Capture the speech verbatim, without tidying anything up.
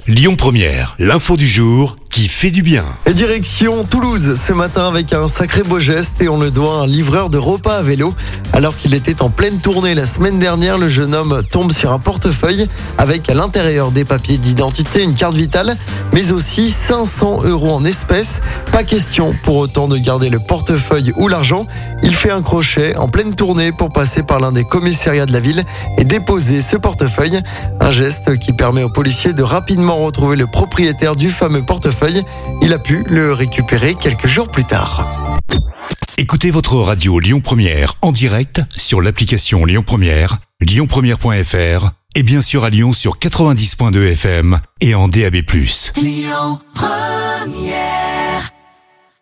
Lyon Première, l'info du jour qui fait du bien. Et direction Toulouse ce matin avec un sacré beau geste et on le doit à un livreur de repas à vélo. Alors qu'il était en pleine tournée la semaine dernière, le jeune homme tombe sur un portefeuille avec à l'intérieur des papiers d'identité, une carte vitale, mais aussi cinq cents euros en espèces. Pas question pour autant de garder le portefeuille ou l'argent. Il fait un crochet en pleine tournée pour passer par l'un des commissariats de la ville et déposer ce portefeuille. Un geste qui permet aux policiers de rapidement retrouver le propriétaire du fameux portefeuille. Il a pu le récupérer quelques jours plus tard. Écoutez votre radio Lyon Première en direct sur l'application Lyon Première, lyon première point f r et bien sûr à Lyon sur quatre-vingt-dix virgule deux F M et en D A B plus. Lyon Première.